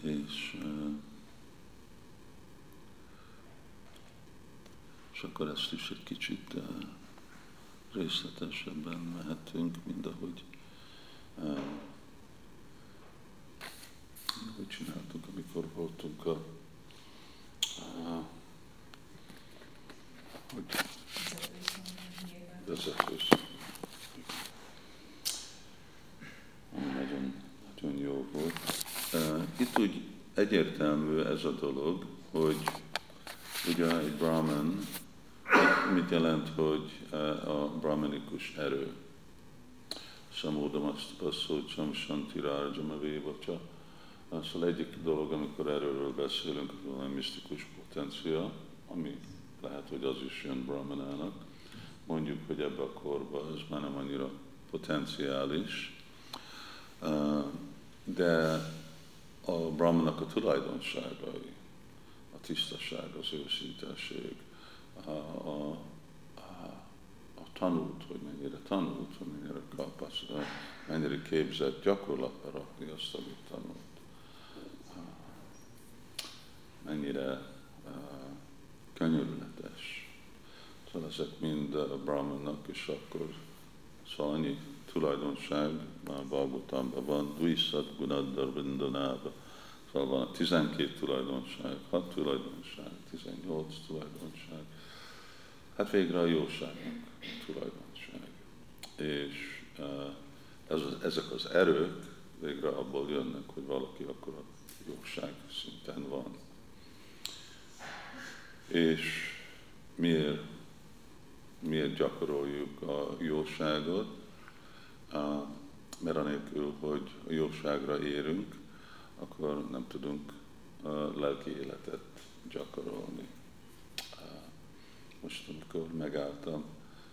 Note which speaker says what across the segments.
Speaker 1: és akkor ezt is egy kicsit részletesebben mehetünk, mint ahogy csináltuk, amikor voltunk hogy vezetős. Nagyon, nagyon jó volt. Itt úgy egyértelmű ez a dolog, hogy ugye egy brahman, mit jelent, hogy a brahmanikus erő. Samódamasztapaszó, Santirarzsama Vévacsa. Szóval egyik dolog, amikor erőről beszélünk, az valami misztikus potencia, ami lehet, hogy az is jön brahmanának. Mondjuk, hogy ebbe a korba ez már nem annyira potenciális, de a brahmanak a tulajdonságai, a tisztaság, az őszintesség, a tanult, hogy mennyire kapsz, mennyire képzett gyakorlatba rakni azt, amit tanult. Mennyire könyörületes. Szóval ezek mind a brahmannak, és akkor szóval annyi tulajdonság, már Bhagavatamban van, Dvisat Gunaddar Vindanában. Szóval van 12 tulajdonság, 6 tulajdonság, 18 tulajdonság. Hát végre a jóságnak tulajdonság. És ezek az erők végre abból jönnek, hogy valaki akkor a jóság szinten van. És miért gyakoroljuk a jóságot? Mert anélkül, hogy a jóságra érünk, akkor nem tudunk lelki életet gyakorolni. Most, amikor megálltam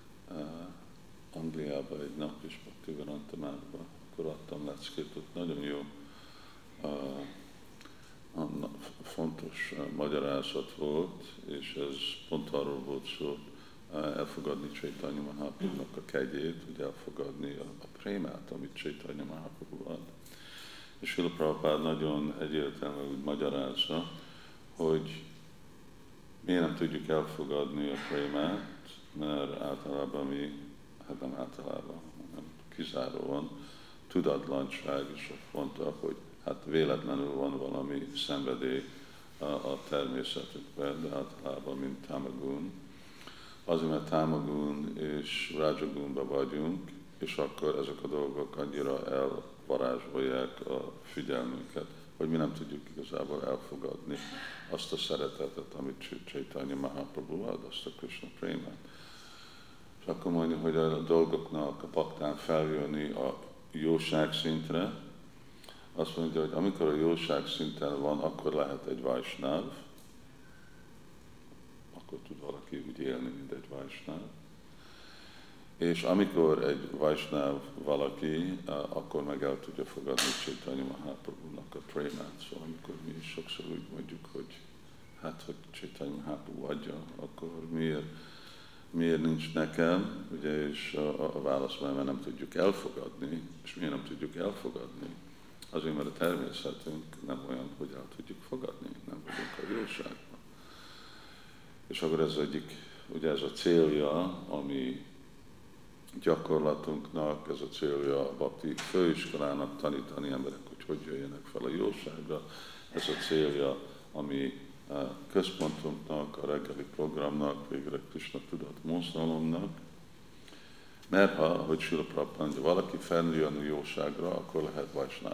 Speaker 1: Angliába egy nap, és Bhaktivedanta-márba, akkor adtam leckét, ott nagyon jó, fontos magyarázat volt, és ez pont arról volt szó, elfogadni Chaitanya Mahaprabhunak a kegyét, hogy elfogadni a prémát, amit Chaitanya Mahaprabhu ad. És Srila Prabhupád nagyon egyértelműen magyarázza, hogy miért nem tudjuk elfogadni a prémát, mert általában hát nem általában, hanem kizáróan tudatlanság, és ott mondta, hogy hát véletlenül van valami szenvedély a természetükben, de általában mint támagún. Azért, mert támagún és rájagúnban vagyunk, és akkor ezek a dolgok annyira elvarázsolják a figyelmünket, hogy mi nem tudjuk igazából elfogadni azt a szeretetet, amit Chaitanya Mahaprabhu ad, azt a Krishna prémát. És akkor mondja, hogy a dolgoknak a paktán feljönni a jóság szintre, azt mondja, hogy amikor a jóság szinten van, akkor lehet egy Vaisnáv, akkor tud valaki úgy élni, mint egy Vaisnáv. És amikor egy Vaisnáv valaki, akkor meg el tudja fogadni Chaitanya Mahaprabhunak a prémát. Szóval amikor mi is sokszor úgy mondjuk, hogy hát, hogy Chaitanya Mahaprabhu adja, akkor miért nincs nekem, ugye, és a válasz, mert nem tudjuk elfogadni, és miért nem tudjuk elfogadni? Azért, mert a természetünk nem olyan, hogy el tudjuk fogadni, nem vagyunk a jóságban. És akkor ez egyik, ugye ez a célja, ami gyakorlatunknak, ez a célja a bhakti főiskolának tanítani emberek, hogy jöjjenek fel a jóságra. Ez a célja, ami központunknak, a reggeli programnak, végre Krishna tudat mozgalomnak. Mert hogy Srila Prabhupada mondja, valaki felnőjön a jóságra, akkor lehet Vaisnáv.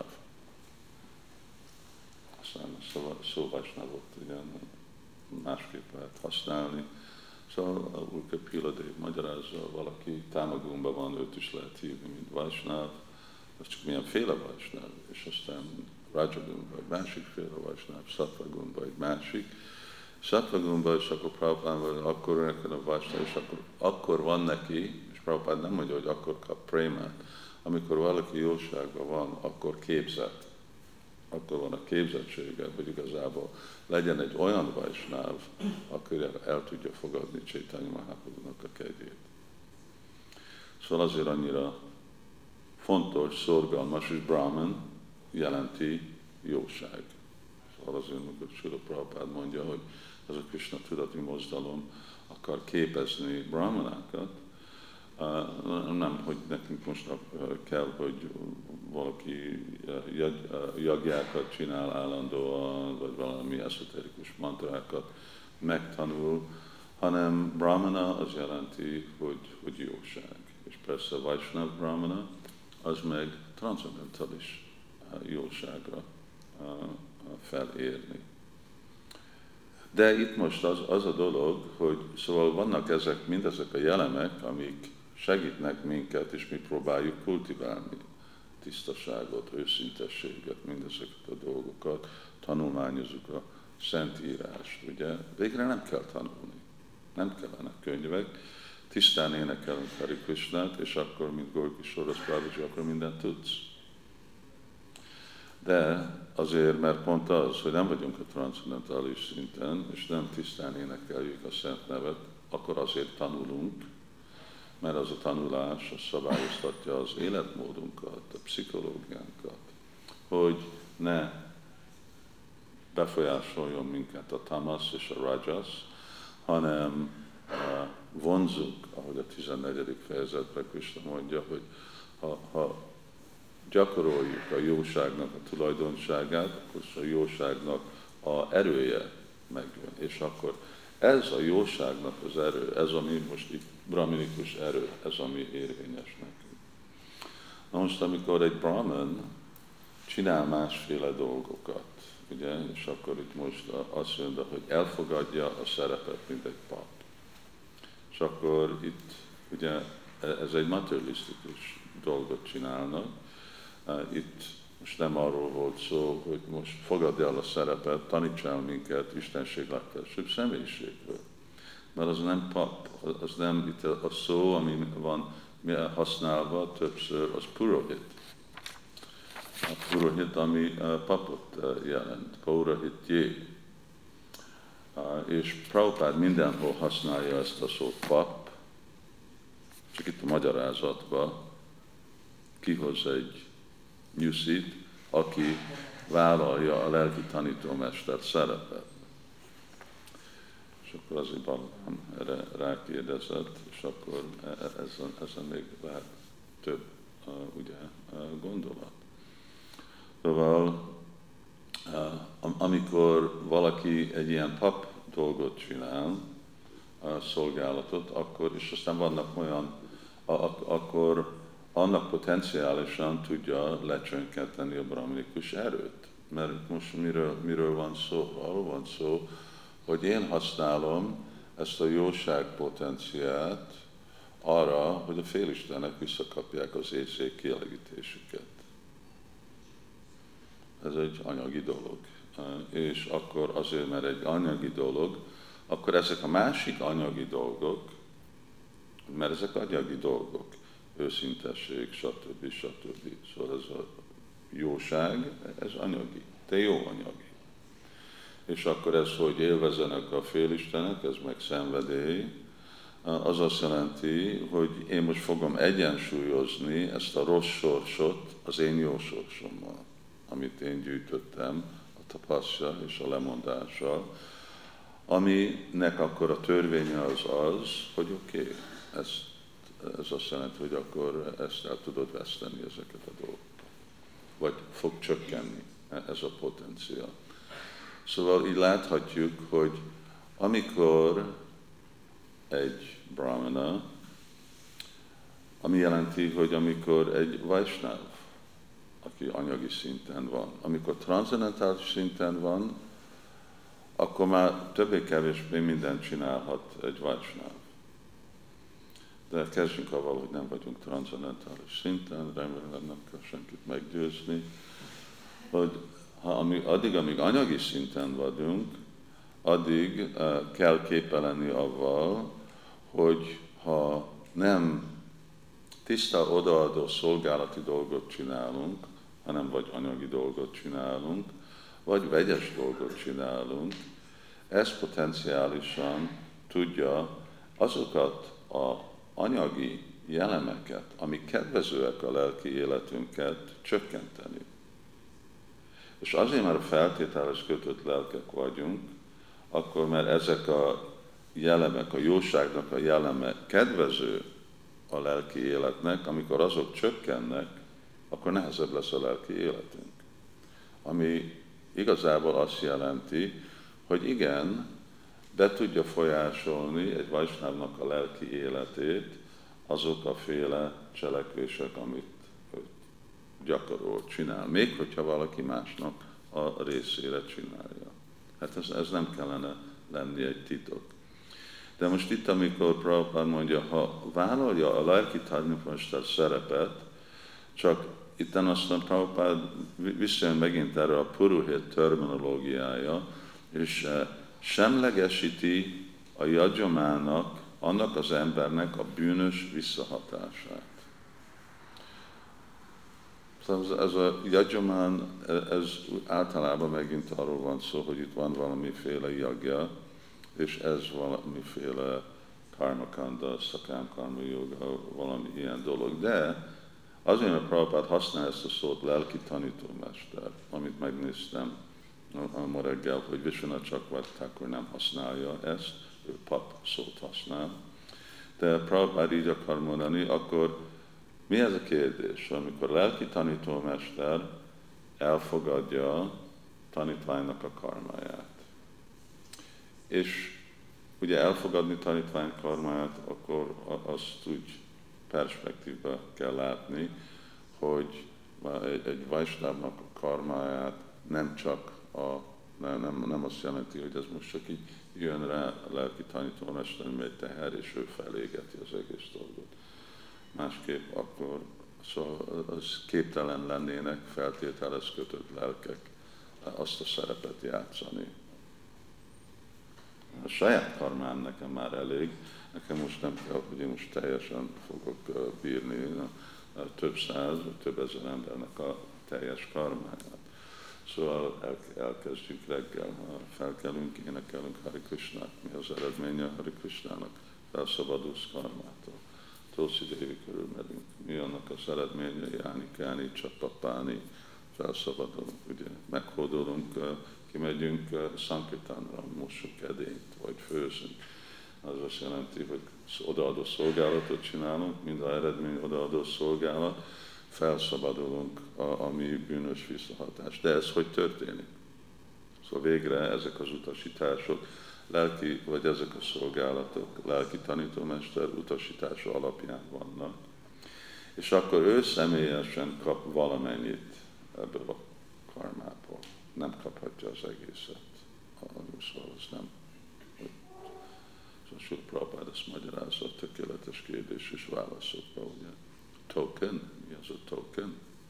Speaker 1: Aztán a szó Vaisnávot igen, másképp lehet használni. Szóval Ulka Piladev magyarázza, valaki támagúnban van, őt is lehet hívni, mint Vaisnáv, az csak milyenféle Vaisnáv, és aztán Rajagúnban egy másikféle Vaisnáv, Szattvagúnban egy másik. Szattvagúnban is akkor Prabhupád akkor a Vaisnáv, és akkor van neki, és Prabhupád nem mondja, hogy akkor kap prémát, amikor valaki jóságban van, akkor képzett. Akkor van a képzettsége, hogy igazából legyen egy olyan Vaisnáv, akkor el tudja fogadni Chaitanya Mahaprabhunak a kegyét. Szóval azért annyira fontos, szorgalmas, és Brahman jelenti jóság. azáltal azért, amikor Srila Prabhupád mondja, hogy ez a Krishna tudati mozdalom akar képezni brahmanákat, nem, hogy nekünk most kell, hogy valaki jagjákat csinál állandóan, vagy valami ezoterikus mantrákat megtanul, hanem brahmana az jelenti, hogy jóság. És persze Vaishnava brahmana az meg transzendentális jóságra felérni. De itt most az a dolog, hogy szóval vannak mindezek a jelemek, amik segítnek minket, és mi próbáljuk kultiválni tisztaságot, őszintességet, mindezeket a dolgokat, tanulmányozunk a Szentírást, ugye? Végre nem kell tanulni, nem kellenek könyvek, tisztán énekelünk Hari Krishnát, és akkor, mint Gaura Kishora Babaji, akkor mindent tudsz. De azért, mert pont az, hogy nem vagyunk a transzendentális szinten, és nem tisztán énekeljük a Szent Nevet, akkor azért tanulunk, mert az a tanulás az szabályoztatja az életmódunkat, a pszichológiánkat, hogy ne befolyásoljon minket a tamasz és a rajas, hanem vonzunk, ahogy a 14. fejezetben Krishna mondja, hogy ha gyakoroljuk a jóságnak a tulajdonságát, akkor a jóságnak a erője megjön. És akkor ez a jóságnak az erő, ez ami most itt brahminikus erő, ez ami érvényes nekünk. Na most, amikor egy brahman csinál másféle dolgokat, ugye, és akkor itt most azt mondja, hogy elfogadja a szerepet, mint egy pap. És akkor itt, ugye, ez egy materialisztikus dolgot csinálnak. Itt most nem arról volt szó, hogy most fogadd el a szerepet, tanítsál minket Istenség legfelsőbb személyiségből. Mert az nem pap, az nem itt a szó, ami van használva többször, az purohit. A purohit, ami papot jelent, paurahitjé. És Prabhupád mindenhol használja ezt a szót pap, csak itt a magyarázatban kihoz egy nyuszit, aki vállalja a lelki tanítómester szerepet. És akkor azért Balam erre rákérdezett, és akkor ezen még lehet több ugye, gondolat. Szóval amikor valaki egy ilyen pap dolgot csinál, szolgálatot, akkor, és aztán vannak olyan, akkor annak potenciálisan tudja lecsökkenteni a brahminikus erőt. Mert most miről van szó? Arról van szó, hogy én használom ezt a jóság potenciát arra, hogy a félistenek visszakapják az éjszék kielégítésüket. Ez egy anyagi dolog. És akkor azért, mert egy anyagi dolog, akkor ezek a másik anyagi dolgok, mert ezek anyagi dolgok, őszintesség, stb. Szóval ez a jóság, ez anyagi, de jó anyagi. És akkor ez, hogy élvezenek a félistenek, ez meg szenvedély, az azt jelenti, hogy én most fogom egyensúlyozni ezt a rossz sorsot az én jó sorsommal, amit én gyűjtöttem a tapaszja és a lemondással, aminek akkor a törvénye az, hogy oké, ez azt jelenti, hogy akkor ezt el tudod veszteni, ezeket a dolgokat. Vagy fog csökkenni ez a potenciál. Szóval így láthatjuk, hogy amikor egy brahmana, ami jelenti, hogy amikor egy Vaishnava, aki anyagi szinten van, amikor transzendentális szinten van, akkor már többé-kevésbé mindent csinálhat egy Vaishnava. De kezdjünk avval, hogy nem vagyunk transzendentális szinten, remélem nem kell senkit meggyőzni, hogy addig, amíg anyagi szinten vagyunk, addig kell képe lenni avval, hogy ha nem tiszta odaadó szolgálati dolgot csinálunk, hanem vagy anyagi dolgot csinálunk, vagy vegyes dolgot csinálunk, ez potenciálisan tudja azokat az anyagi jellemeket, amik kedvezőek a lelki életünket csökkenteni. És azért, mert a feltételes kötött lelkek vagyunk, akkor mert ezek a jellemek, a jóságnak a jelleme kedvező a lelki életnek, amikor azok csökkennek, akkor nehezebb lesz a lelki életünk. Ami igazából azt jelenti, hogy igen, be tudja folyásolni egy vajsnávnak a lelki életét azok a féle cselekvések, amit gyakorol, csinál. Még hogyha valaki másnak a részére csinálja. Hát ez nem kellene lenni egy titok. De most itt, amikor Prabhupád mondja, ha vállalja a lelki tanítómester szerepet, csak itten aztán Prabhupád visszajön megint erre a puruhét terminológiája, és semlegesíti a jagyamának, annak az embernek a bűnös visszahatását. Szóval ez a jajamán, ez általában megint arról van szó, hogy itt van valamiféle jagya, és ez valamiféle karmakanda, szakám karma joga, valami ilyen dolog. De azért, mert Prabhupád használ ezt a szót lelki tanítómester, amit megnéztem ma reggel, hogy Vishwanath Chakravarti Thakur nem használja ezt, ő pap szót használ. De Prabhupád így akar mondani, akkor mi ez a kérdés? Amikor a lelki tanítómester elfogadja tanítványnak a karmáját. És ugye elfogadni tanítvány karmáját, akkor azt úgy perspektívbe kell látni, hogy egy vajsnávnak a karmáját nem azt jelenti, hogy ez most csak így jön rá a lelki tanítómester, mint egy teher, és ő felégeti az egész dolgot. Másképp akkor szóval az képtelen lennének feltételez kötött lelkek azt a szerepet játszani. A saját karmám nekem már elég, nekem most nem kell, hogy én most teljesen fogok bírni több száz, több ezer embernek a teljes karmáját. Szóval elkezdjük reggel, ha felkelünk, énekelünk Hare Krishnát, mi az eredménye Hare Krishnának, felszabadulsz karmától. Tulsi Devi körül megyünk. Mi annak az eredménye? Jáni, Csapapáni, felszabadulunk, ugye meghódolunk, kimegyünk Sankirtánra, mossuk edényt, vagy főzünk. Az azt jelenti, hogy odaadó szolgálatot csinálunk, mind a eredmény odaadó szolgálat, felszabadulunk a mi bűnös visszahatás. De ez hogy történik? Szóval végre ezek az utasítások, lelki, vagy ezek a szolgálatok, lelki tanítómester utasítása alapján vannak. És akkor ő személyesen kap valamennyit ebből a karmából. Nem kaphatja az egészet. Szóval az nem. Szóval Srila Prabhupád ezt magyarázza a tökéletes kérdés és válaszokra, ugye. Token? Mi az a token?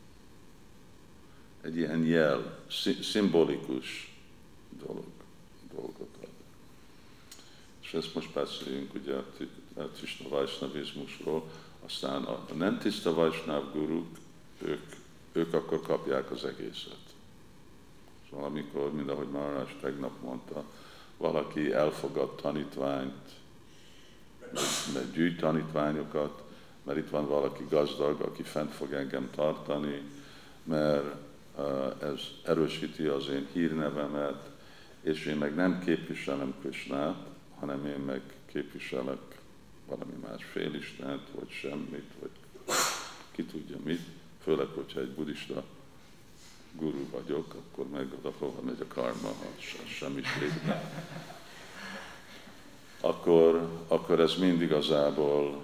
Speaker 1: Egy ilyen jel, szimbolikus dolgot ad. És ezt most beszéljünk ugye a tiszta vajsnavizmusról, aztán a nem tiszta vajsnáv guruk, ők akkor kapják az egészet. Szóval amikor, mind ahogy Maharaj tegnap mondta, valaki elfogad tanítványt, mert gyűjt tanítványokat, mert itt van valaki gazdag, aki fent fog engem tartani, mert ez erősíti az én hírnevemet, és én meg nem képviselem Krishnát, hanem én meg képviselek valami más félistent, vagy semmit, vagy ki tudja mit, főleg, hogyha egy buddhista guru vagyok, akkor meg oda hova megy a karma, ha semmiségben. Akkor ez mind igazából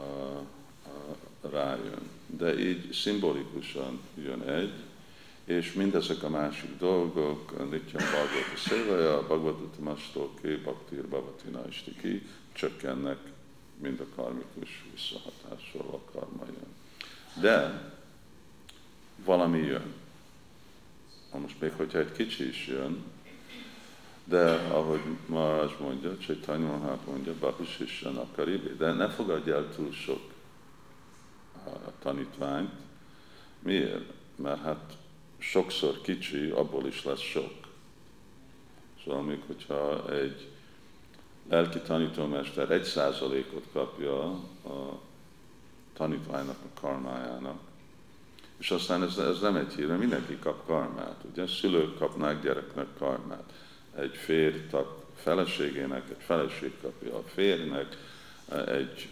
Speaker 1: rájön. De így szimbolikusan jön egy, és mindezek a másik dolgok, Nitya Bhagavata Szévaja, Bhagavata Mastoké, Bhaktir Bhavati Naistiki, csökkennek mind a karmikus visszahatással a karma jön. De valami jön. Most még hogyha egy kicsi is jön, de ahogy Maharaj mondja, Chaitanya Mahaprabhu mondja, Bahushishan Akaribi, de ne fogadj el túl sok tanítványt. Miért? Mert hát sokszor kicsi, abból is lesz sok. Szóval még hogyha egy lelki tanítómester 1%-ot kapja a tanítványnak a karmájának, És aztán ez nem egy hír, mindenki kap karmát. Ugye szülők kapnák gyereknek karmát. Egy férj feleségének, egy feleség kapja a férjnek, egy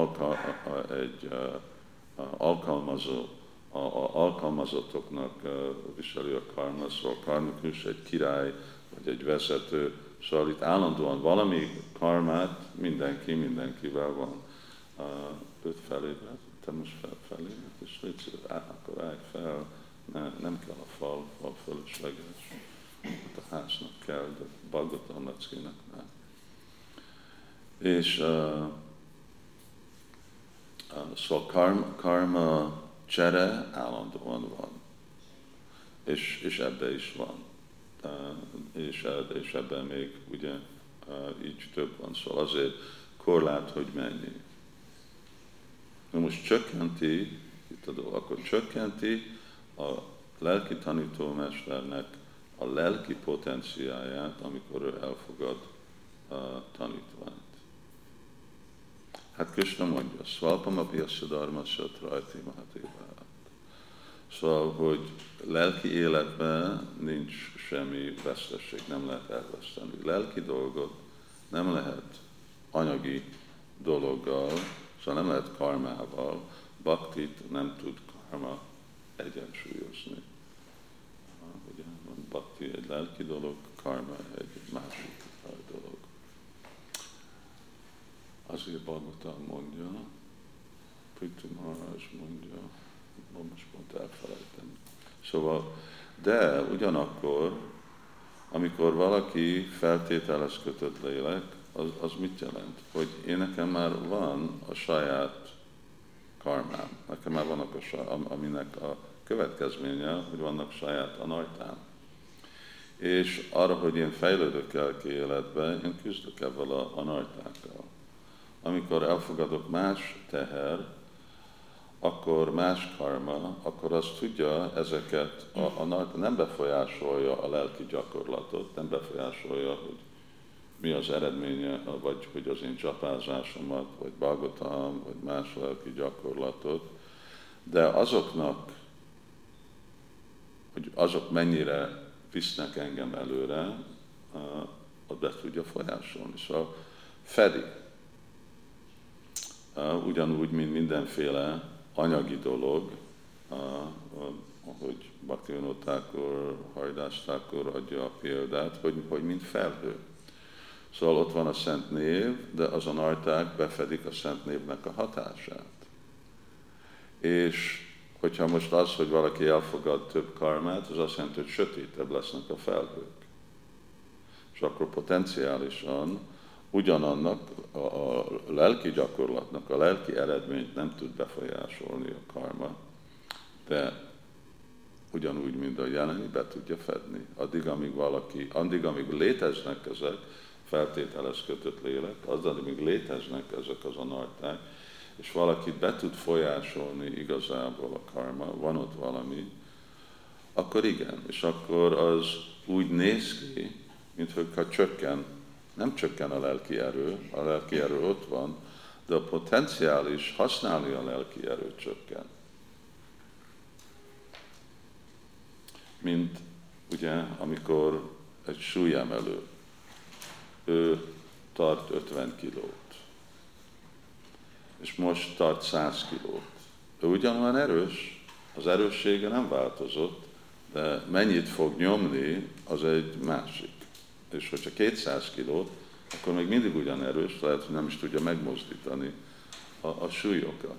Speaker 1: alkalmazó, alkalmazottoknak viseli a karma, szóval karmikus, egy király, vagy egy vezető, szóval itt állandóan valami karmát mindenkivel van. Őt felébred, te most felébred, és légy, akkor állj fel, nem kell a fal fölösleges, a háznak kell, de Bhagavatam leckének nem. És szóval karma csere állandóan van, és ebben is van. És ebben még ugye így több van, szóval azért korlát, hogy mennyi. Na most csökkenti, itt a dolog, akkor csökkenti a lelki tanítómesternek a lelki potenciáját, amikor ő elfogad a tanítványt. Hát Krishna mondja, Svalpam apiyasya dharmasya trajti mahatevát. Szóval, hogy lelki életben nincs semmi vesztesség, nem lehet elveszteni. Lelki dolgot nem lehet anyagi dologgal, szóval nem lehet karmával, bhaktit nem tud karma egyensúlyozni. Ugye, bhakti egy lelki dolog, karma egy másik dolog. Azért Bhagavatam mondja, Prithu Maharaj mondja, most pont elfelejtem. Szóval, de ugyanakkor, amikor valaki feltételez kötött lélek, az mit jelent? Hogy én nekem már van a saját karmám, nekem már vannak aminek a következménye, hogy vannak saját anartám. És arra, hogy én fejlődök lelki életben, én küzdök ebben a anartákkal. Amikor elfogadok más teher, akkor más karma, akkor az tudja ezeket, nem befolyásolja a lelki gyakorlatot, nem befolyásolja, hogy mi az eredménye, vagy hogy az én csapázásomat, vagy Bhagavatam, vagy más lelki gyakorlatot, de azoknak, hogy azok mennyire visznek engem előre, ott be tudja folyásolni. Szóval fedi. Ugyanúgy, mint mindenféle anyagi dolog, ahogy Bhaktivinoda Thakur, Haridas Thakur adja a példát, hogy mint felhő. Szóval ott van a szent név, de az anarták befedik a szent névnek a hatását. És hogyha most az, hogy valaki elfogad több karmát, az azt jelenti, hogy sötétebb lesznek a felhők. És akkor potenciálisan ugyanannak a lelki gyakorlatnak, a lelki eredményt nem tud befolyásolni a karma, de ugyanúgy, mint a jeleni, be tudja fedni. Addig, amíg léteznek ezek, feltételez kötött lélek, amíg léteznek ezek az anarták, és valakit be tud folyásolni igazából a karma, van ott valami, akkor igen, és akkor az úgy néz ki, mintha csökken, nem csökken a lelki erő ott van, de a potenciális használni a lelki erőt csökken. Mint ugye, amikor egy súlyemelő, ő tart 50 kilót, és most tart 100 kilót. Ő ugyanolyan erős, az erőssége nem változott, de mennyit fog nyomni, az egy másik. És hogyha 200 kilót, akkor még mindig ugyan erős, lehet, hogy nem is tudja megmozdítani a súlyokat.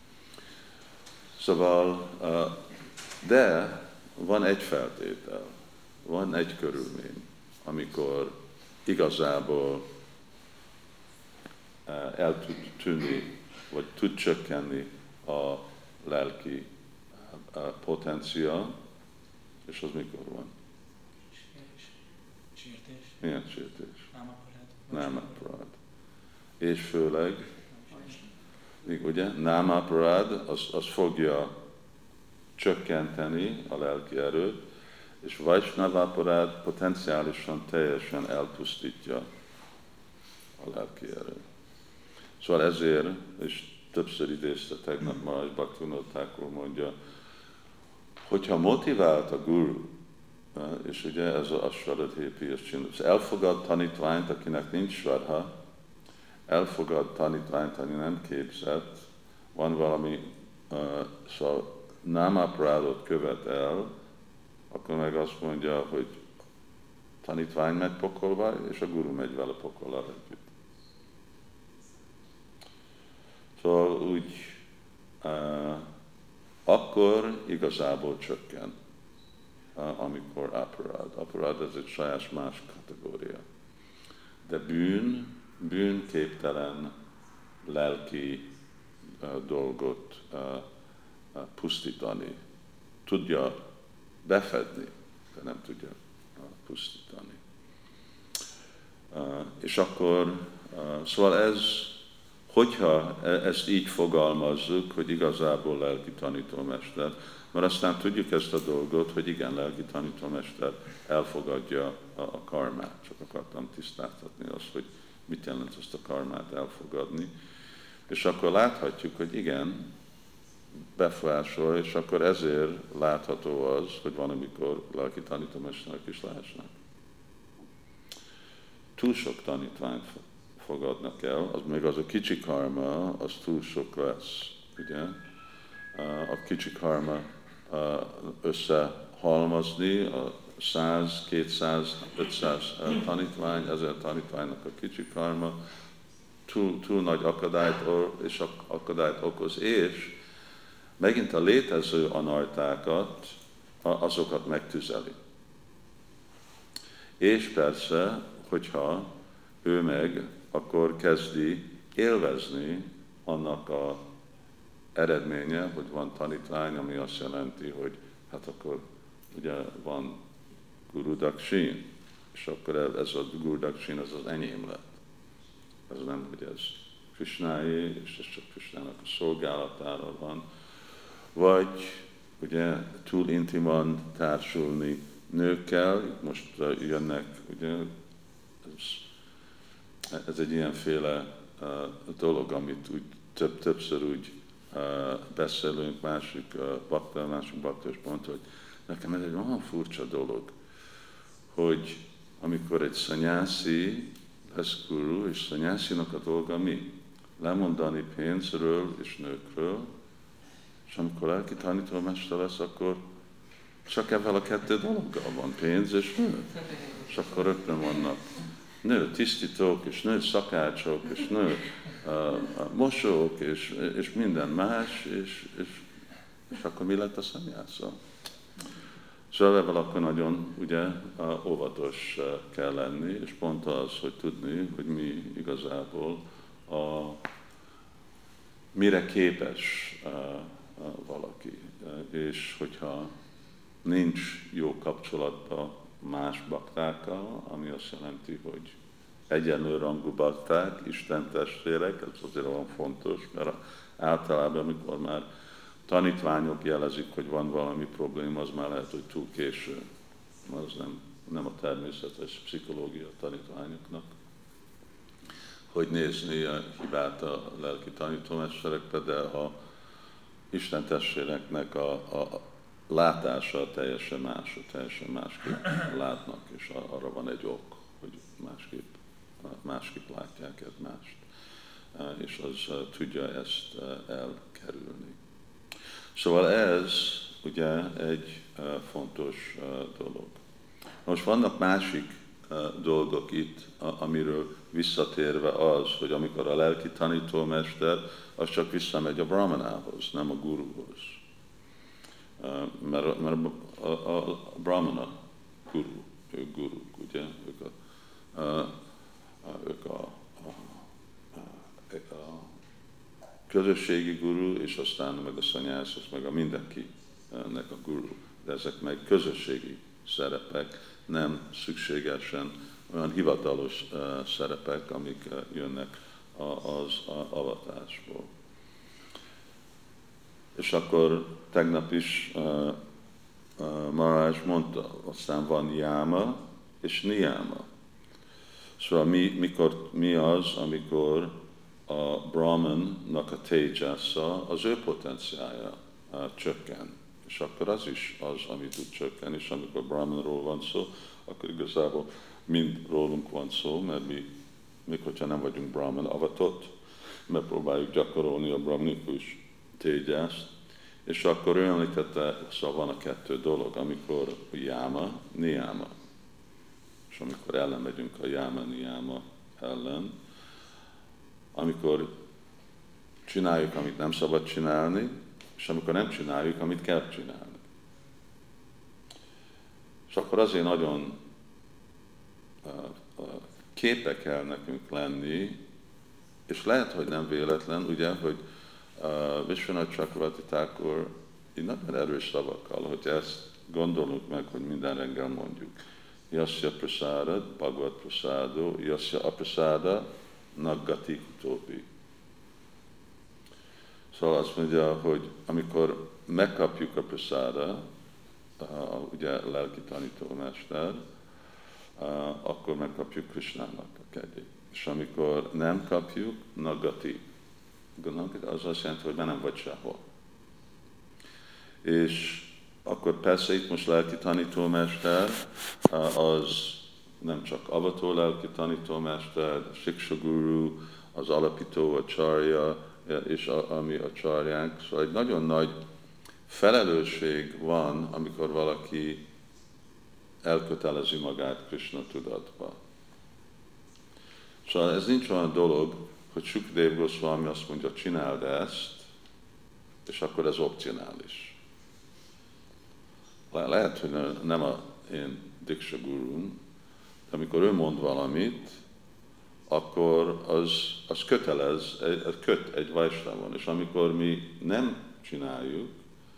Speaker 1: Szóval, de van egy feltétel, van egy körülmény, amikor igazából el tud tűnni, vagy tud csökkenni a lelki potencia, és az mikor van?
Speaker 2: Sértés.
Speaker 1: Milyen sértés?
Speaker 2: Námaparád.
Speaker 1: És főleg, ugye, námaparád, az fogja csökkenteni a lelki erőt, és Vaishnavaparád potenciálisan teljesen elpusztítja a lelki erőt. Szóval ezért, és többször idézte tegnap Maharaj Bhaktivinoda Thakur mondja, hogyha motivált a guru, és ugye ez a Svadadhépi, az elfogad tanítványt, akinek nincs svadha, elfogad tanítványt, ami nem képzett, van valami, szóval námaprádot követ el, akkor meg azt mondja, hogy tanítvány megy pokolba, és a guru megy vele pokolra együtt. Szóval úgy akkor igazából csökken, amikor aparád. Aparád ez egy saját más kategória. De bűnképtelen lelki dolgot pusztítani. Tudja befedni, de nem tudja pusztítani. És akkor, szóval ez, hogyha ezt így fogalmazzuk, hogy igazából lelki tanítómester, mert aztán tudjuk ezt a dolgot, hogy igen, lelki tanítómester elfogadja a karmát. Csak akartam tisztáztatni azt, hogy mit jelent ezt a karmát elfogadni. És akkor láthatjuk, hogy igen, befolyásol, és akkor ezért látható az, hogy van, amikor lelki tanítómesternek is lehessenek. Túl sok tanítványt fogadnak el, az még az a kicsi karma, az túl sok lesz, ugye? A kicsi karma összehalmazni, a 100, 200, 500 tanítvány, 1000 tanítványnak a kicsi karma, túl nagy akadályt okoz, és megint a létező anartákat, azokat megtüzeli. És persze, hogyha ő meg akkor kezdi élvezni annak a eredménye, hogy van tanítvány, ami azt jelenti, hogy hát akkor ugye van Guru Dakshin, és akkor ez a Guru Dakshin, ez az enyém lett. Ez nem, hogy ez Krishnáé, és ez csak Krishnának a szolgálatára van. Vagy ugye túl intiman társulni nőkkel, most jönnek, ugye ez egy ilyenféle dolog, amit úgy többször úgy beszélünk, másik bakta is mondta, hogy nekem ez egy olyan furcsa dolog, hogy amikor egy szanyászi lesz guru, és szanyászinak a dolga mi? Lemondani pénzről és nőkről, és amikor lelki tanítómester lesz, akkor csak ebben a kettő dologgal van, pénz és nő. És akkor rögtön vannak nő tisztítók, és nő szakácsok, és nő mosók, és minden más, és akkor mi lett a szanyásza? Szóval ebben akkor nagyon ugye, óvatos kell lenni, és pont az, hogy tudni, hogy mi igazából mire képes valaki. És hogyha nincs jó kapcsolatban más baktákkal, ami azt jelenti, hogy egyenlő rangú bakták, Isten testvérek, ez azért olyan fontos, mert általában, amikor már tanítványok jelezik, hogy van valami probléma, az már lehet, hogy túl késő. Az nem a természetes pszichológia tanítványoknak. Hogy nézni a hibát a lelki tanítómesterekbe, de a Isten testvéreknek a látása teljesen másképp látnak, és arra van egy ok, hogy másképp látják egymást, és az tudja ezt elkerülni. Szóval ez ugye egy fontos dolog. Most vannak másik dolgok itt, amiről visszatérve az, hogy amikor a lelki tanítómester, az csak visszamegy a brahmanához, nem a guruhoz. Mert a brahmana guru, ők guruk, ugye? Ők a közösségi guru, és aztán meg a szanyász, az meg a mindenkinek a guru. De ezek meg közösségi szerepek, nem szükségesen olyan hivatalos szerepek, amik jönnek az avatásból. És akkor tegnap is Maharaj mondta, aztán van jáma és niyama. Szóval mi az, amikor a Brahmannak a tejjásza, az ő potenciája csökken. És akkor az is az, ami tud csökkenni, és amikor Brahmanról van szó, akkor igazából mind rólunk van szó, mert mi, még hogyha nem vagyunk Brahman avatott, megpróbáljuk gyakorolni a brahmanikus tégyást, és akkor ő említette, szóval van a kettő dolog, amikor jáma, niyama, és amikor ellenmegyünk a jáma, niyama ellen, amikor csináljuk, amit nem szabad csinálni, és amikor nem csináljuk, amit kell csinálni. És akkor azért nagyon képek kell nekünk lenni, és lehet, hogy nem véletlen, ugye, hogy Vishwanath Chakravarti Thakur így nagyon erős szavakkal, hogy ezt gondolunk meg, hogy minden reggel mondjuk. Yasya prasada, Bhagavad prasado, yasya aprasada, naggati kutópi. Szóval azt mondja, hogy amikor megkapjuk a prasada, ugye lelki tanítómester, akkor megkapjuk Krishnának a kegyét. És amikor nem kapjuk, naggati. Az azt jelenti, hogy már nem vagy sehol. És akkor persze itt most lelki tanítómester, az nem csak avató lelki tanítómester, Siksha Guru, az alapító, a csarja, és ami a csarjánk. Szóval egy nagyon nagy felelősség van, amikor valaki elkötelezi magát Krishna tudatba. Szóval ez nincs olyan dolog, hogy Sukadeva Goswami azt mondja, csináld ezt, és akkor ez opcionális. Lehet, hogy nem a én Diksha Gurum, de amikor ő mond valamit, akkor az kötelez, köt egy Vaisnavon, és amikor mi nem csináljuk,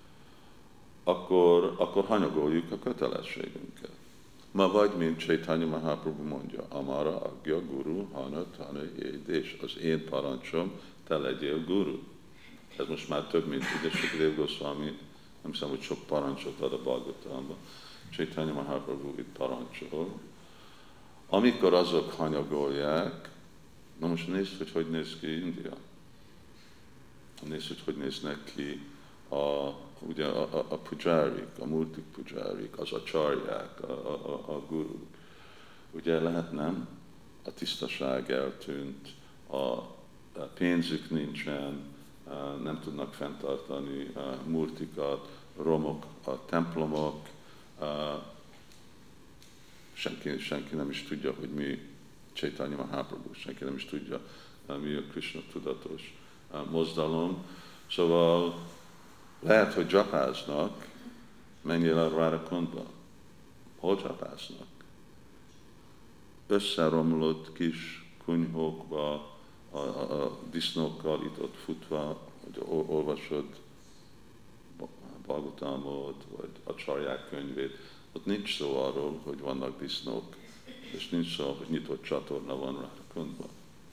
Speaker 1: akkor hanyagoljuk a kötelességünket. Ma vagy, mint Chaitanya Mahaprabhu mondja, Amara, Agya, Guru, Hana, Tana, és az én parancsom, te legyél Guru. Ez most már több, mint ugye Sukadeva Goswami, nem hiszem, hogy sok parancsot ad a Bhagavatamban. Chaitanya Mahaprabhu itt parancsol. Amikor azok hanyagolják, na most nézd, hogy néz ki India. Nézd, hogy néznek ki ugye a pujárik, a multik pujárik, az acsarják, a guruk. Ugye lehet nem? A tisztaság eltűnt, a pénzük nincsen, nem tudnak fenntartani multikat, romok a templomok, senki nem is tudja, hogy mi Chaitanya Mahaprabhu, senki nem is tudja, mi a Krishna tudatos mozdalom. Szóval lehet, hogy dzsapáznak, menjél a Várakondba. Hol dzsapáznak? Összeromlott kis kunyhókba, a disznókkal itt-ott futva, hogy olvasod Bhagavatamot, vagy a csarják könyvét. Ott nincs szó arról, hogy vannak disznók, és nincs szó, hogy nyitott csatorna van Várakondban.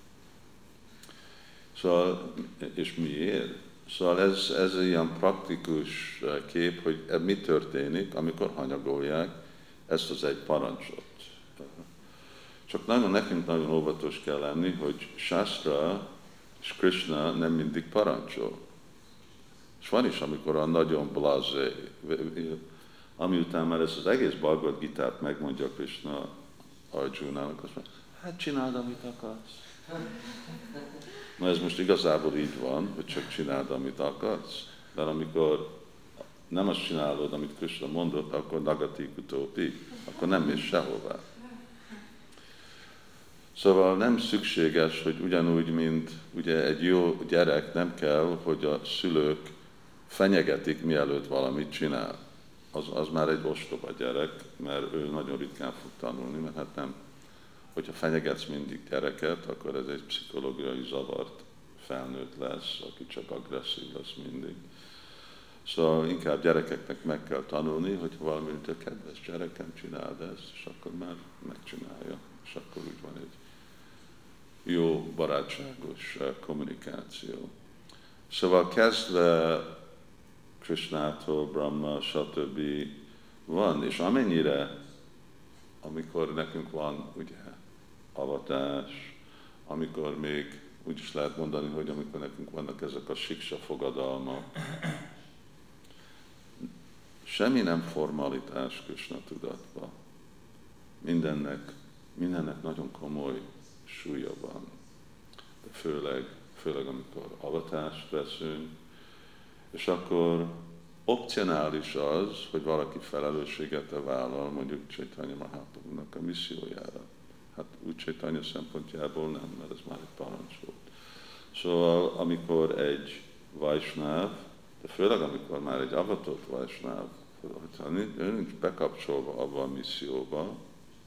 Speaker 1: Szóval, és miért? Szóval ez ilyen praktikus kép, hogy mi történik, amikor hanyagolják ezt az egy parancsot. Csak nekünk nagyon óvatos kell lenni, hogy Shastra és Krishna nem mindig parancsol. És van is, amikor a nagyon blazé, ami után már ez az egész Bhagavad Gitát megmondja Krishna Arjunának, azt mondja, hát csináld, amit akarsz. Na ez most igazából így van, hogy csak csináld, amit akarsz, de amikor nem azt csinálod, amit Krishna mondott, akkor nagati kutópi, akkor nem mész sehová. Szóval nem szükséges, hogy ugyanúgy, mint ugye egy jó gyerek, nem kell, hogy a szülők fenyegetik, mielőtt valamit csinál. Az már egy ostoba gyerek, mert ő nagyon ritkán fog tanulni, mert hát nem. Hogyha fenyegetsz mindig gyereket, akkor ez egy pszichológiai zavart felnőtt lesz, aki csak agresszív lesz mindig. Szóval inkább gyerekeknek meg kell tanulni, hogy valamint a kedves gyerekem csináld ezt, és akkor már megcsinálja, és akkor úgy van egy jó, barátságos kommunikáció. Szóval kezdve Krishnától, Brahma, stb. Van, és amennyire, amikor nekünk van ugye avatás, amikor még úgy is lehet mondani, hogy amikor nekünk vannak ezek a siksa fogadalmak, semmi nem formalitás Krishna tudatban. Mindennek nagyon komoly súlya van. De főleg amikor avatást veszünk, és akkor opcionális az, hogy valaki felelősséget vállal mondjuk Chaitanya Mahaprabhunak a missziójára. Hát úgy Chaitanya szempontjából nem, mert ez már egy parancs volt. Szóval amikor egy Vaisnáv, de főleg amikor már egy avatott Vaisnáv, hogyha ő nincs bekapcsolva abba a misszióba,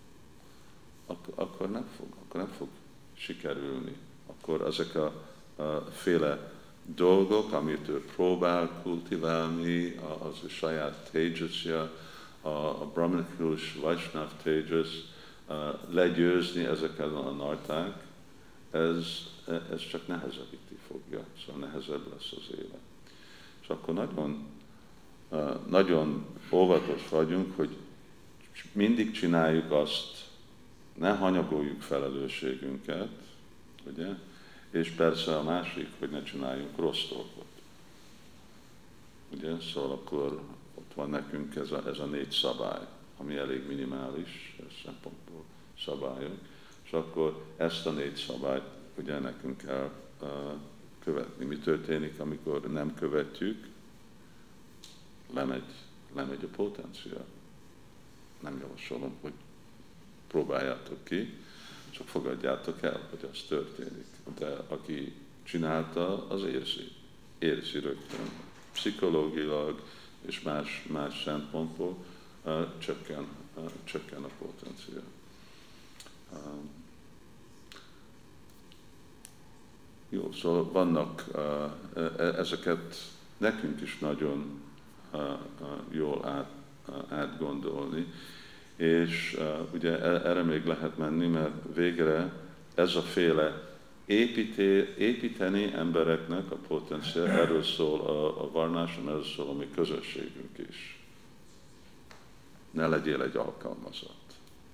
Speaker 1: akkor nem fog sikerülni. Akkor ezek a féle dolgok, amit ő próbál kultiválni, az a saját téjasja, a brahmanikus Vaisnav téjas, legyőzni ezeket a narták, ez csak nehezebbíti fogja, szóval nehezebb lesz az élet. És akkor nagyon óvatos vagyunk, hogy mindig csináljuk azt, ne hanyagoljuk felelősségünket, ugye? És persze a másik, hogy ne csináljunk rossz dolgot. Ugye? Szóval akkor ott van nekünk ez a 4 szabály, ami elég minimális szempontból szabályok, és akkor ezt a 4 szabályt ugye nekünk kell követni. Mi történik, amikor nem követjük? Lemegy a potenciál. Nem javasolom, hogy próbáljátok ki, csak fogadjátok el, hogy az történik. De aki csinálta, az érzi rögtön. Pszichológilag és más szempontból csökken a potenciál. Jó, szóval vannak ezeket nekünk is nagyon jól átgondolni, és ugye erre még lehet menni, mert végre ez a féle építeni embereknek a potenciál, erről szól a varnáson, erről szól a mi közösségünk is. Ne legyél egy alkalmazott.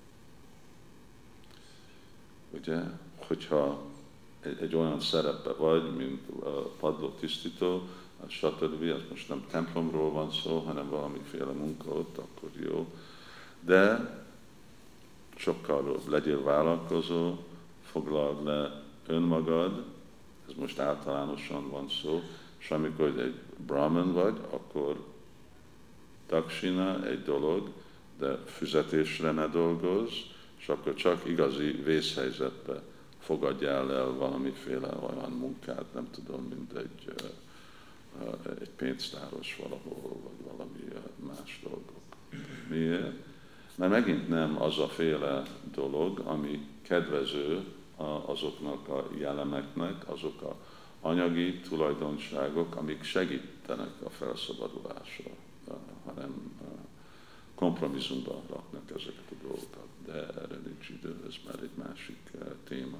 Speaker 1: Ugye, hogyha egy olyan szerepe vagy, mint padló tisztító, stb. Ez most nem templomról van szó, hanem valamiféle munka ott, akkor jó. De sokkal jobb, legyél vállalkozó, foglald le önmagad, ez most általánosan van szó, és amikor egy brahman vagy, akkor taksina egy dolog, de füzetésre ne dolgozz, és akkor csak igazi vészhelyzetbe fogadjál el valamiféle olyan munkát, nem tudom, mint egy pénztáros valahol, vagy valami más dolgok. Miért? Mert megint nem az a féle dolog, ami kedvező azoknak a jellemeknek, azok a anyagi tulajdonságok, amik segítenek a felszabadulásra, hanem kompromisszumban raknak ezeket a dolgokat. De erre nincs idő, ez már egy másik téma.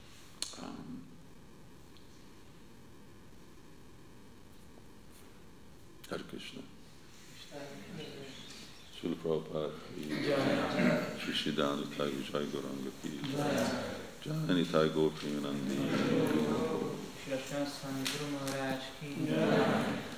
Speaker 1: Hare Krishna. Srila Prabhupada ki jai, Shri Siddhanta Thakur Jai Gauranga ki jai, Nitai Gaur Premanandi,
Speaker 2: Shri Swami Guru Maharaj ki jai.